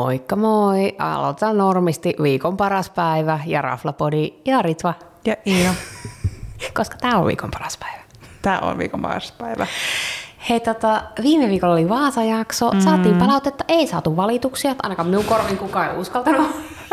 Moikka moi! Aloitetaan normisti viikon paras päivä ja Raflapodi ja Ritva. Ja Iina. Koska tää on viikon paras päivä. Tää on viikon paras päivä. Hei, viime viikolla oli Vaasa-jakso. Saatiin palautetta, ei saatu valituksia. Ainakaan minun korvin kukaan ei uskaltanut.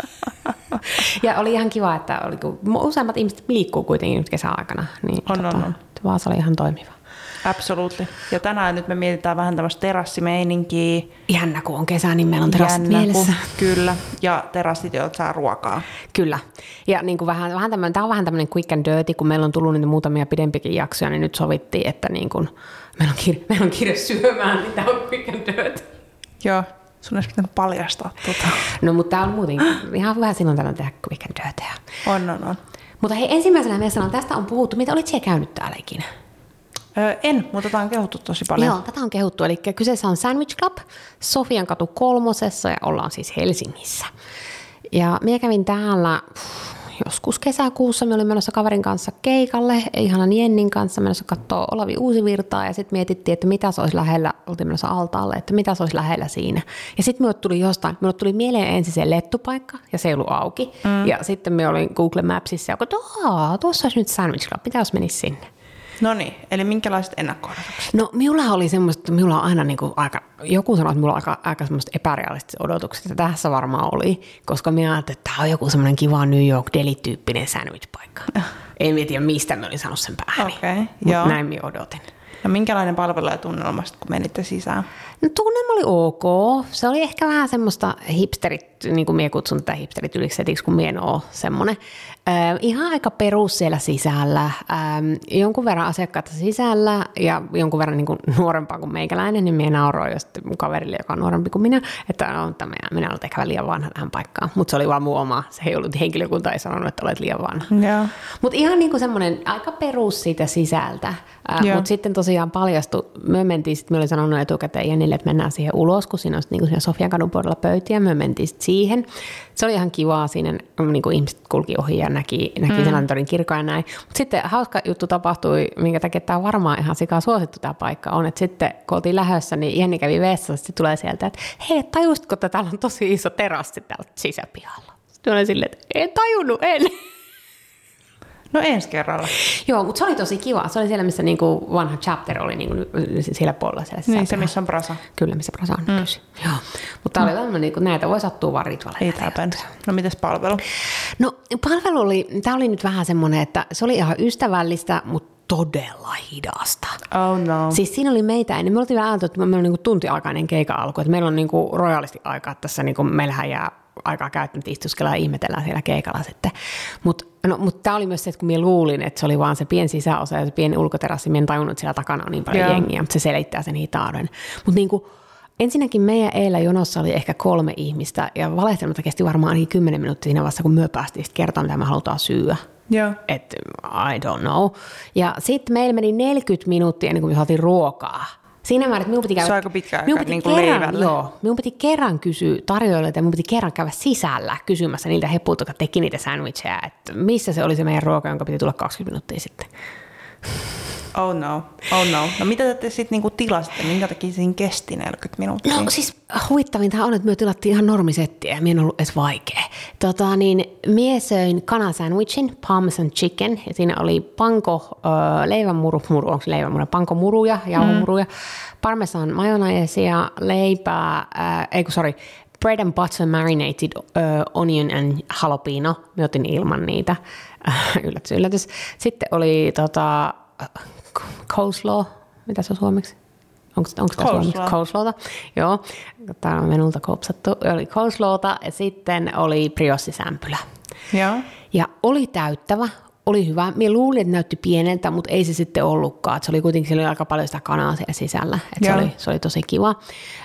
Ja oli ihan kiva, että useimmat ihmiset liikkuu kuitenkin nyt kesäaikana. Niin on. Vaasa oli ihan toimiva. Absolutely. Ja tänään nyt me mietitään vähän tämmöistä terassimeininkiä. Jännä, kun on kesä, niin meillä on terassit mielessä. Kyllä. Ja terassit, joilta saa ruokaa. Kyllä. Ja niin kuin tämä on vähän tämmöinen quick and dirty, kun meillä on tullut niitä muutamia pidempikin jaksoja, niin nyt sovittiin, että niin kuin, meillä on kirja syömään, niin tämä on quick and dirty. Joo. Sun olisi pitänyt paljastaa tota. No, mutta tämä on muutenkin ihan vähän silloin tällöin tehdä quick and dirtyä. On. Mutta hei, ensimmäisenä me sanon, tästä on puhuttu. Mitä olit siellä käynyt täällä ikinä? Mutta tätä on kehuttu tosi paljon. Joo, tätä on kehuttu. Eli kyseessä on Sandwich Club Sofiankatu 3 ja ollaan siis Helsingissä. Ja minä kävin täällä joskus kesäkuussa. Me olin menossa kaverin kanssa keikalle, ihanan Jennin kanssa menossa katsoa Olavi Uusivirtaa. Ja sitten mietittiin, että mitä se olisi lähellä, oltiin menossa altaalle, että mitä se olisi lähellä siinä. Ja sitten minulle tuli mieleen ensin se lettupaikka ja se ei ollut auki. Ja sitten me olin Google Mapsissa ja tuossa olisi nyt Sandwich Club, mitä jos menisi sinne? No niin, eli minkälaiset ennakko-odotukset? No minulla oli semmoista, että minulla on aina joku sanoi, että minulla on aika semmoista epärealistiset odotukset, ja tässä varmaan oli, koska minä ajattelin, että tämä on joku semmoinen kiva New York Deli-tyyppinen sandwich-paikka. En tiedä, mistä minä olin saanut sen pääni, mutta näin minä odotin. No minkälainen palvelu ja tunnelma, kun menitte sisään? No tunnelma oli ok. Se oli ehkä vähän semmoista hipsterit, niin kuin minä kutsun tätä hipsterityyliksetiksi, kun minä en ole semmoinen. Ihan aika perus siellä sisällä. Jonkun verran asiakkaita sisällä ja jonkun verran niin kuin nuorempaa kuin meikäläinen, niin minä nauroin just mun kaverille, joka on nuorempi kuin minä, että minä olen ehkä liian vanha tähän paikkaan. Mutta se oli vaan mun oma. Se ei ollut henkilökunta, ei sanonut, että olet liian vanha. Mutta ihan niin kuin semmoinen aika perus siitä sisältä. Mutta sitten tosiaan paljastui, me olin sanonut etukäteen Jennille, että mennään siihen ulos, kun siinä on niin kuin siinä Sofiankadun puolella pöytiä, me mentiin siihen. Se oli ihan kivaa, siinä niin kuin ihmiset kulki ohi ja näki Senatorin kirkon ja näin. Mutta sitten hauska juttu tapahtui, minkä takia tämä on varmaan ihan sikaa suosittu tämä paikka on, että sitten kun oltiin lähdössä, niin Jenni kävi vessassa, sitten tulee sieltä, että hei, tajusitko, että täällä on tosi iso terassi täällä sisäpihalla? Sitten olin silleen, että en tajunnut, en. No ensi kerralla. Joo, mutta se oli tosi kiva. Se oli siellä, missä niinku vanha chapter oli niinku siellä puolella. Niin, se missä on Brasa. Kyllä, missä Brasa on nykyisin. Joo. Mutta tämä oli tämmöinen, niinku, näitä voi sattua vaan Ritvalle. Ei täpäntä. No mites palvelu? No palvelu oli nyt vähän semmoinen, että se oli ihan ystävällistä, mutta todella hidasta. Oh no. Siis siinä oli meitä ennen. Me oltiin vielä ajateltu, että meillä on niinku tuntiaikainen keika-alku. Että meillä on niinku royaalisti aikaa tässä. Niinku meillähän jää aikaa käyttämättä istuskellaan ja ihmetellään siellä keikalla sitten. Mutta tämä oli myös se, että kun minä luulin, että se oli vaan se pieni sisäosa ja se pieni ulkoterassi, minä en tajunnut, että siellä takana on niin paljon jengiä, mutta se selittää sen hitauden. Mutta niinku, ensinnäkin meidän eilen jonossa oli ehkä 3 ihmistä ja valehtelematta kesti varmaan ainakin 10 minuuttia siinä vaiheessa, kun me päästiin kertomaan, mitä me halutaan syödä. Joo. Että I don't know. Ja sitten meillä meni 40 minuuttia ennen kuin me saatiin ruokaa. Siinä määrin, että minun piti käydä... Se on aika pitkä aika niin kuin leivälle. Joo, minun piti kerran kysyä tarjoilijoilta ja minun piti kerran käydä sisällä kysymässä niiltä heppuilta, jotka teki niitä sandwicheja, että missä se oli se meidän ruoka, jonka piti tulla 20 minuuttia sitten. Oh no. No mitä te sitten niinku tilasitte? Minkä takia siinä kesti 40 minuuttia? No siis huvittavinta on, että me tilattiin ihan normisettiä ja minä en ollut edes vaikea. Mie söin kanasandwichin, parmesan chicken, ja siinä oli panko, pankomuruja, jauhomuruja, parmesan majoneesia, leipää, bread and butter marinated onion and jalapeno. Me otin ilman niitä. Yllätys. Sitten oli coleslaw. Mitä se on suomeksi? Onko tämä suomeksi? Coleslawta. Joo. Tämä on menulta kopsattu. Oli coleslawta ja sitten oli briossisämpylä. Joo. Ja oli täyttävä. Oli hyvä. Minä luulin, että näytti pieneltä, mutta ei se sitten ollutkaan. Se oli kuitenkin siellä oli aika paljon sitä kanaa siellä sisällä. Se oli tosi kiva.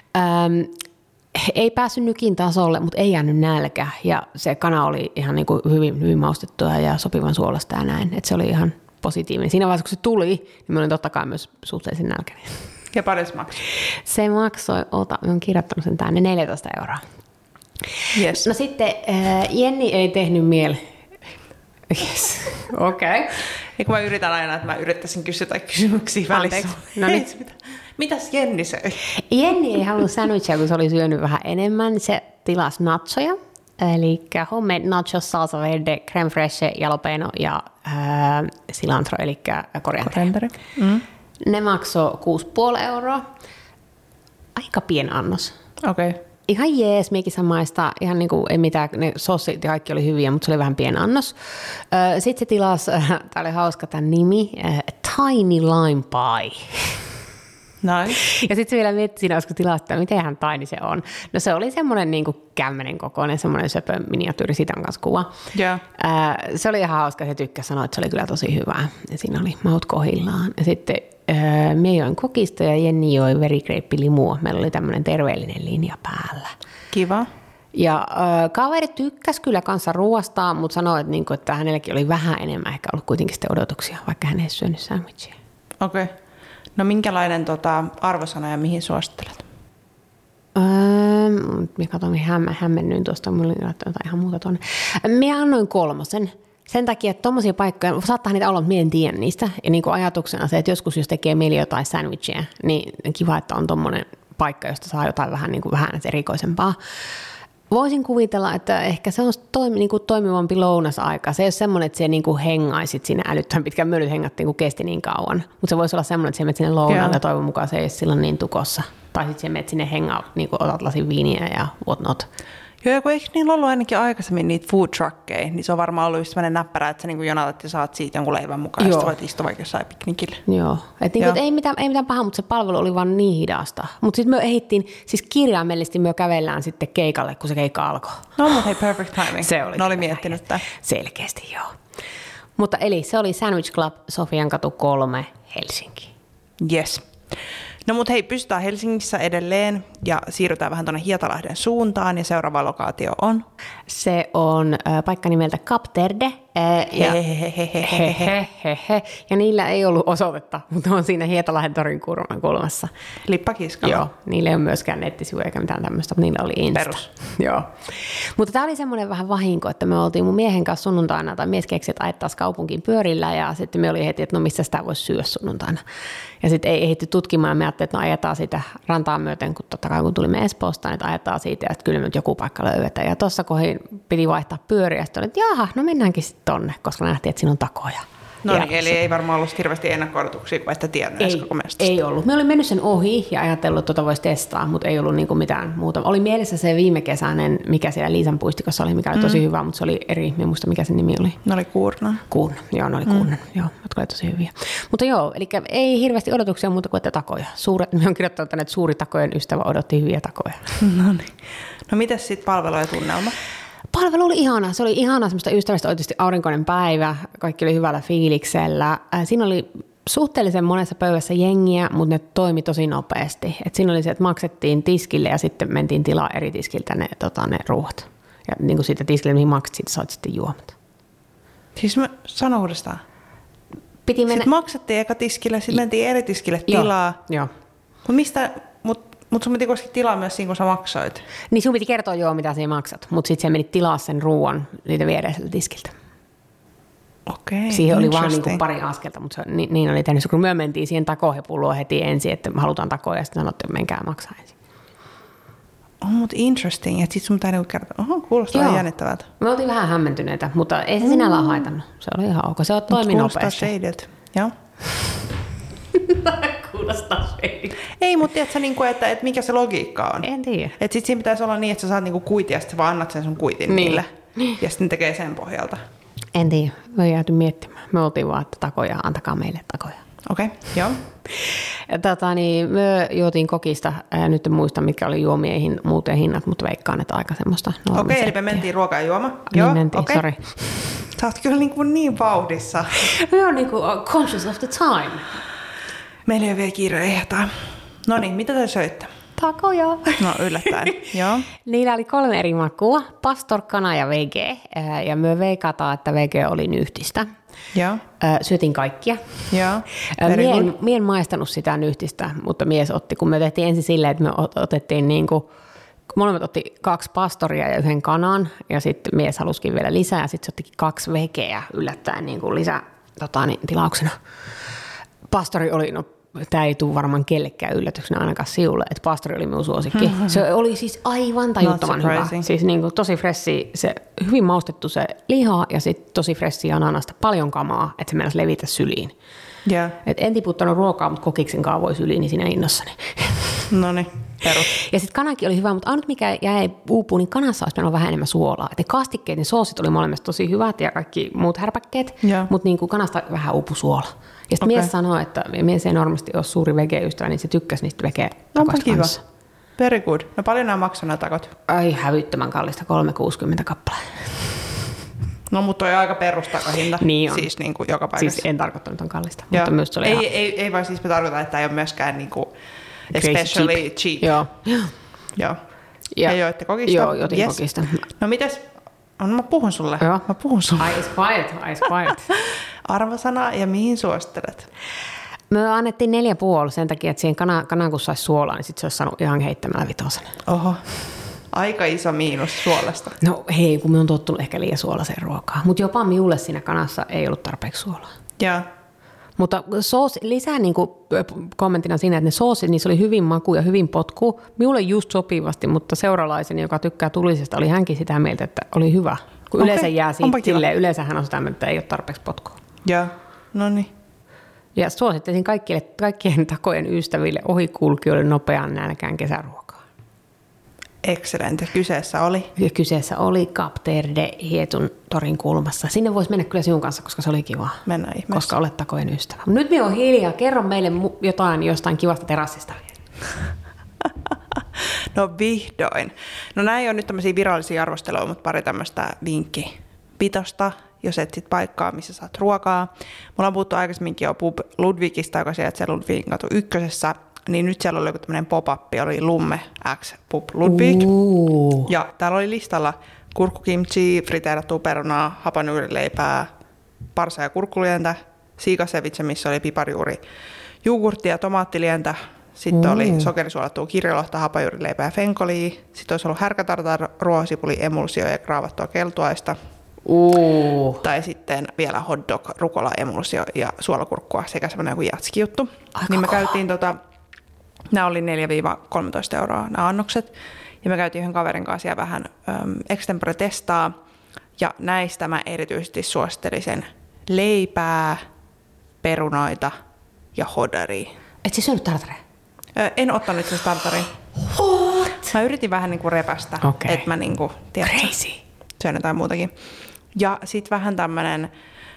Ei päässyt nykin tasolle, mutta ei jäänyt nälkä. Ja se kana oli ihan niin kuin hyvin maustettua ja sopivan suolasta ja näin. Että se oli ihan positiivinen. Siinä vaiheessa, kun se tuli, niin minä olin totta kai myös suhteellisen nälkäinen. Ja paljon se maksoi? Se maksoi, olen kirjoittanut sen tänne, 14 €. Yes. No sitten Jenni ei tehnyt mieli. Yes. Okei. Ja kun mä yritän aina, että mä yrittäisin kysyä jotain kysymyksiä välissä. No niin. Mitäs Jenni söi? Jenni ei halunnut sandwichia, kun se oli syönyt vähän enemmän. Se tilasi nachoja, eli homemade nachos, salsa verde, creme fraiche, jalapeno ja cilantro, eli korianderi. Ne maksoi 6,5 euroa. Aika pien annos. Okei. Okay. Ihan jees, meikin saa maistaa. Ihan niin kuin, ei mitään, ne sossit ja kaikki oli hyviä, mutta se oli vähän pien annos. Sitten se tilasi, tämä oli hauska tämä nimi, Tiny Lime Pie. Nice. Ja sitten se vielä mietti siinä, olisiko tilasta, mitenhän tiny se on. No se oli semmoinen niin kuin kämmenen kokoinen, semmoinen söpö miniatyyri, siitä on kanssa kuva. Yeah. Se oli ihan hauska, se tykkäsi sanoa, että se oli kyllä tosi hyvää. Ja siinä oli maut kohillaan. Ja sitten minä join kokista ja Jenni joi verikreippilimua. Meillä oli tämmöinen terveellinen linja päällä. Kiva. Ja kaveri tykkäsi kyllä kanssa ruoasta, mutta sanoi, että, niinku, että hänelläkin oli vähän enemmän ehkä ollut kuitenkin sitten odotuksia, vaikka hän ei syönyt sandwichia. Okei. Okay. No minkälainen arvosana ja mihin suosittelet? Minä katsoin, hämmennyin tuosta, minulla oli jotain ihan muuta tuonne. Minä annoin 3. Sen takia, että tuommoisia paikkoja, saattaa niitä olla, mutta minä en tiedä niistä. Ja niin kuin ajatuksena se, että joskus jos tekee mieli jotain sandwichia, niin kiva, että on tuommoinen paikka, josta saa jotain vähän, niin kuin vähän erikoisempaa. Voisin kuvitella, että ehkä se on toimivampi lounasaika. Se ei ole semmoinen, että se niinku hengaisit siinä älyttömän pitkään. Me nyt hengattiin, kun kesti niin kauan. Mutta se voisi olla semmoinen, että se menet sinne lounaalle ja toivon mukaan se ei ole silloin niin tukossa. Tai sitten se menet sinne hengaa, niin otat lasin viiniä ja whatnot. Joo, kun eikö niillä ollut ainakin aikaisemmin niitä food truckkeja, niin se on varmaan ollut just sellainen näppärä, että sä niin jonatat ja saat siitä jonkun leivän mukaan, ja voit istua vaikka jossain piknikillä. Joo, että niinku, ei mitään pahaa, mutta se palvelu oli vaan niin hidasta. Mutta sitten me ehdittiin, siis kirjaimellisesti me kävellään sitten keikalle, kun se keikka alkoi. No, mutta hei, perfect timing. Se oli. Ne oli miettinyt tämän. Selkeästi, joo. Mutta eli se oli Sandwich Club, Sofiankatu 3, Helsinki. Yes. No mut hei, pysytään Helsingissä edelleen ja siirrytään vähän tuonne Hietalahden suuntaan ja seuraava lokaatio on? Se on paikka nimeltä Kapterde. Ja niillä ei ollut osoitetta, mutta on siinä Hietalahden torin kulmassa. Lippakiskalla. Joo, niillä ei ole myöskään nettisivuja eikä mitään tämmöistä, mutta niillä oli Insta. Perus. Joo. Mutta tämä oli semmoinen vähän vahinko, että me oltiin mun miehen kanssa sunnuntaina, tai mies keksi, että ajettaisiin kaupunkiin pyörillä, ja sitten me oli heti, että no missä sitä voisi syödä sunnuntaina. Ja sitten ei ehditty tutkimaan, ja me ajattelin, että no ajetaan sitä rantaa myöten, kun totta kai kun tulimme Espoosta, niin ajetaan siitä, ja kyllä me nyt joku paikka löydetään. Ja tuossa kohin piti vaihtaa pyöriä, ja sitten oli, että jaha, no mennäänkin sitten tonne, koska nähtiin, että siinä on takoja. No niin, eli ei varmaan ollut hirveästi ennakko-odotuksia, kun sitä tiedä näistä koko mestasta. Ei ollut. Me olin mennyt sen ohi ja ajatellut, että voisi testaa, mutta ei ollut niinku mitään muuta. Oli mielessä se viime kesäinen, mikä siellä Liisan puistikossa oli, mikä oli tosi hyvä, mutta se oli eri, en muista mikä sen nimi oli. Ne oli Kuurnan. Joo, ne oli Kuurnan, joo, jotka oli tosi hyviä. Mutta joo, eli ei hirveästi odotuksia muuta kuin että takoja. Me on kirjoittanut tänne, että suuri takojen ystävä odotti hyviä takoja. No niin. No mitäs sitten palvelu ja tunnelma? Palvelu oli ihana. Se oli ihana semmoista ystävästä, oikeasti aurinkoinen päivä. Kaikki oli hyvällä fiiliksellä. Siinä oli suhteellisen monessa pöydässä jengiä, mutta ne toimi tosi nopeasti. Et siinä oli se, että maksettiin tiskille ja sitten mentiin tilaa eri tiskiltä ne ruuat. Ja niin kuin siitä tiskille, mihin maksit, sait sitten juomat. Siis mä sanon uudestaan. Piti mennä... Sitten maksettiin eka tiskille, sitten mentiin eri tiskille tilaa. Joo. Mutta sun piti kuitenkin tilaa myös siinä, kun sä maksoit. Niin sun piti kertoa mitä sä maksat, mutta sitten sä menit tilaa sen ruoan niitä viereiseltä tiskiltä. Okei, siihen oli vaan niin pari askelta, mutta se, niin oli tehnyt. Kun me mentiin siihen takohepulloon heti ensin, että me halutaan takoja, ja sitten sanottiin, että menkää maksaa ensin. Oh, mutta interesting. Että sitten sun pitää kertoa, kuulostaa jännittävältä. Me oltiin vähän hämmentyneitä, mutta ei se sinällään haitannut. Se oli ihan ok. Se on toimi nopeasti. Kuulostaa shadiltä. Joo. Kuulostaa shadiltä. Ei, mutta tiedätkö, että mikä se logiikka on? En tiedä. Että sitten siinä pitäisi olla niin, että sä saat kuitia, ja sitten vaan annat sen sun kuitin niille. Ja sitten tekee sen pohjalta. En tiedä. Me jääty miettimään. Me oltiin vaan, että takoja, antakaa meille takoja. Okei, joo. Me juotiin kokista, nyt en muista mitkä oli juomien muuten hinnat, mutta veikkaan, että aika semmoista Okei, eli me mentiin ruoka ja juoma. Joo, mentiin, sori. Sä oot kyllä niin vauhdissa. Me on conscious of the time. Meillä ei ole vielä kiire ehdottaa. No niin, mitä te söitte? Takoja. No yllättäen, joo. Niillä oli 3 eri makua, pastor, kana ja vege. Ja me veikataan, että vege oli nyhtistä. Joo. Syötin kaikkia. Joo. Mie en maistanut sitä nyhtistä, mutta mies otti, kun me tehtiin ensin silleen, että me otettiin molemmat otti 2 pastoria ja 1 kanan, ja sitten mies halusikin vielä lisää, ja sitten se ottikin 2 vegeä yllättäen lisää tilauksena. Pastori oli tämä ei tule varmaan kellekään yllätyksenä ainakaan siulle, että pastori oli minun suosikki. Se oli siis aivan tajuttoman hyvä. Siis niin kuin tosi fressi, se hyvin maustettu se liha ja sitten tosi fressi ananasta, paljon kamaa, että se mennäisi levitä syliin. Yeah. Et en tiputtanut ruokaa, mutta kokiksen kaavoi syliin, niin siinä innossani. Noniin, perus. Ja sitten kanakin oli hyvä, mutta ainut mikä jäi uupuun, niin kanassa olisi mennyt vähän enemmän suolaa. Et ne kastikkeet, ne soosit oli molemmista tosi hyvät ja kaikki muut härpäkkeet, mutta niin kuin kanasta vähän uupu suola. Ja sitten mies sanoi, että mies ei normaalisti ole suuri vege-ystävä, niin se tykkäsi niistä vege-takoista kanssa. Very good. No paljon nämä maksaa nämä takot? Ai hävyttömän kallista, 3,60 kappale. No mutta on aika perustakahinta, niin siis niin kuin joka paikassa. Siis en tarkoittanut on kallista, mutta myös se oli ei vaan siis me tarkoitan, että ei ole myöskään niin kuin especially cheap. Joo. Ja joitte kokista? Joo, jotin kokista. No mitäs? No, mä puhun sulle. Joo. Mä puhun sulle. Ice quiet. Arvosana ja mihin suosittelet? Me annettiin 4,5 sen takia, että siihen kanan kun saisi suolaa, niin sitten se olisi saanut ihan heittämällä 5. Oho. Aika iso miinus suolasta. No hei, kun me on tottunut ehkä liian suolaseen ruokaan. Mutta jopa minulle siinä kanassa ei ollut tarpeeksi suolaa. Joo. Mutta lisää niin kuin kommenttina siinä, että ne soosit, niissä oli hyvin maku ja hyvin potku. Minulle just sopivasti, mutta seuralaiseni, joka tykkää tulisesta, oli hänkin sitä mieltä, että oli hyvä. Kun yleensä jää siitä silleen, yleensä hän on sitä mieltä, että ei ole tarpeeksi potkua. Joo, no niin. Ja suosittaisin kaikkien takojen ystäville ohikulkijoille nopean nälkään kesäruokaa. Excellent. Kyseessä oli Kapteerde Hietun torin kulmassa. Sinne voisi mennä kyllä sinun kanssa, koska se oli kiva. Mennään ihmeessä. Koska olet takojen ystävä. Nyt me on hiljaa. Kerro meille jostain kivasta terassista. No vihdoin. No näin ei ole nyt tämmöisiä virallisia arvosteluja, mutta pari tämmöistä vinkkipitosta, jos et sit paikkaa, missä saat ruokaa. Mulla on puhuttu aikaisemminkin jo Pub Ludwigista, joka sijaitsee Ludwigin katu 1. Niin nyt siellä oli joku tämmöinen pop-up, oli Lumme X Pub Ludwig. Ja täällä oli listalla kurkkukimchi, friteerattua perunaa, hapanyyrileipää, parsa- ja kurkkulientä, siikasevitse, missä oli piparjuuri, jogurttia ja tomaattilientä. Sitten oli sokerisuolattua kirjolohta, hapanjuurileipää ja fenkolia. Sitten olisi ollut härkätartar, ruohosipuli, emulsio ja kraavattua keltuaista. Tai sitten vielä hot dog, rukola, emulsio ja suolakurkkua sekä semmoinen joku jatski-juttu. Niin me käytiin nämä oli 4-13 € nämä annokset. Ja me käytiin yhden kaverin kanssa siellä vähän extempore testaa. Ja näistä mä erityisesti suosittelisin leipää, perunoita ja hodaria. Et siis syönyt tartaria? En ottanut itse asiassa tartaria. Mä yritin vähän niinku repästä, että mä niinku, syön jotain muutakin. Ja sit vähän tämmönen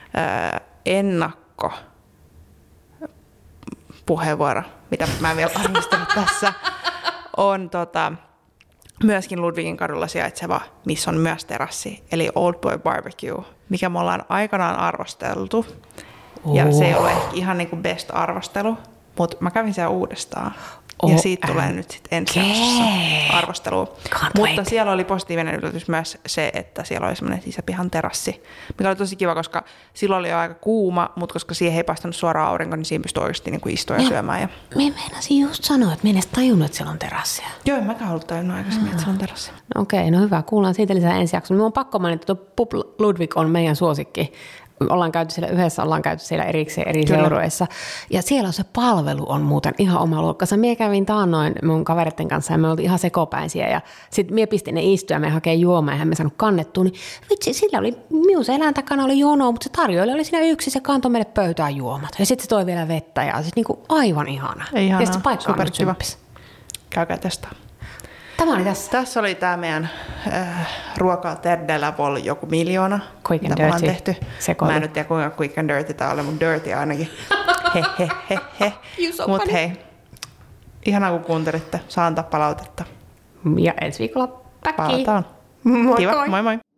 ennakkopuheenvuoro, mitä mä en vielä arvostanut tässä, on myöskin Ludwigin kadulla sijaitseva, missä on myös terassi, eli Old Boy Barbecue, mikä me ollaan aikanaan arvosteltu. Ja se ei ole ehkä ihan niinku best arvostelu, mutta mä kävin siellä uudestaan. Ja siitä tulee nyt sitten ensi jaksossa arvostelua. Mutta siellä oli positiivinen yllätys myös se, että siellä oli semmoinen sisäpihan terassi, mikä oli tosi kiva, koska silloin oli jo aika kuuma, mutta koska siihen ei paistanut suoraan aurinko, niin siinä pystyi oikeasti niin kuin istua ja syömään. Me meinasin just sanoa, että me en edes tajunnut, että siellä on terassia. Joo, en mäkään ollut tajunnut aikaisemmin, että siellä on terassia. Okei, no hyvä. Kuullaan siitä lisää ensi jaksossa. Minun on pakko mainita, että Pub Ludwig on meidän suosikki. Ollaan käyty siellä yhdessä, ollaan käyty siellä erikseen eri seuroissa. Ja siellä se palvelu on muuten ihan oma luokkansa. Mie kävin taannoin mun kavereiden kanssa ja me oltiin ihan sekopäisiä. Ja sitten mie pistin ne istuja ja me hakee juomaa ja hän me saanut kannettua. Niin vitsi, sillä oli, minun selän takana oli jono, mutta se tarjoilija oli siinä yksi, se kantoi meille pöytään juomat. Ja sitten se toi vielä vettä ja siis niinku aivan ihana. Ihanaa, ja sitten paikka on nyt kiva. Käykää testaa. Tämä oli tässä. Tässä oli tämä meidän ruokaa Terdellä vol joku 1 miljoona. Quick and dirty. Tehty. Mä en nyt tiedä kuinka quick and dirty tämä oli, mun dirty ainakin. Mut hei, ihanaa kun kuuntelitte. Saa antaa palautetta. Ja ensi viikolla päkkiin. Palataan. Moi Kiva, moi. moi moi.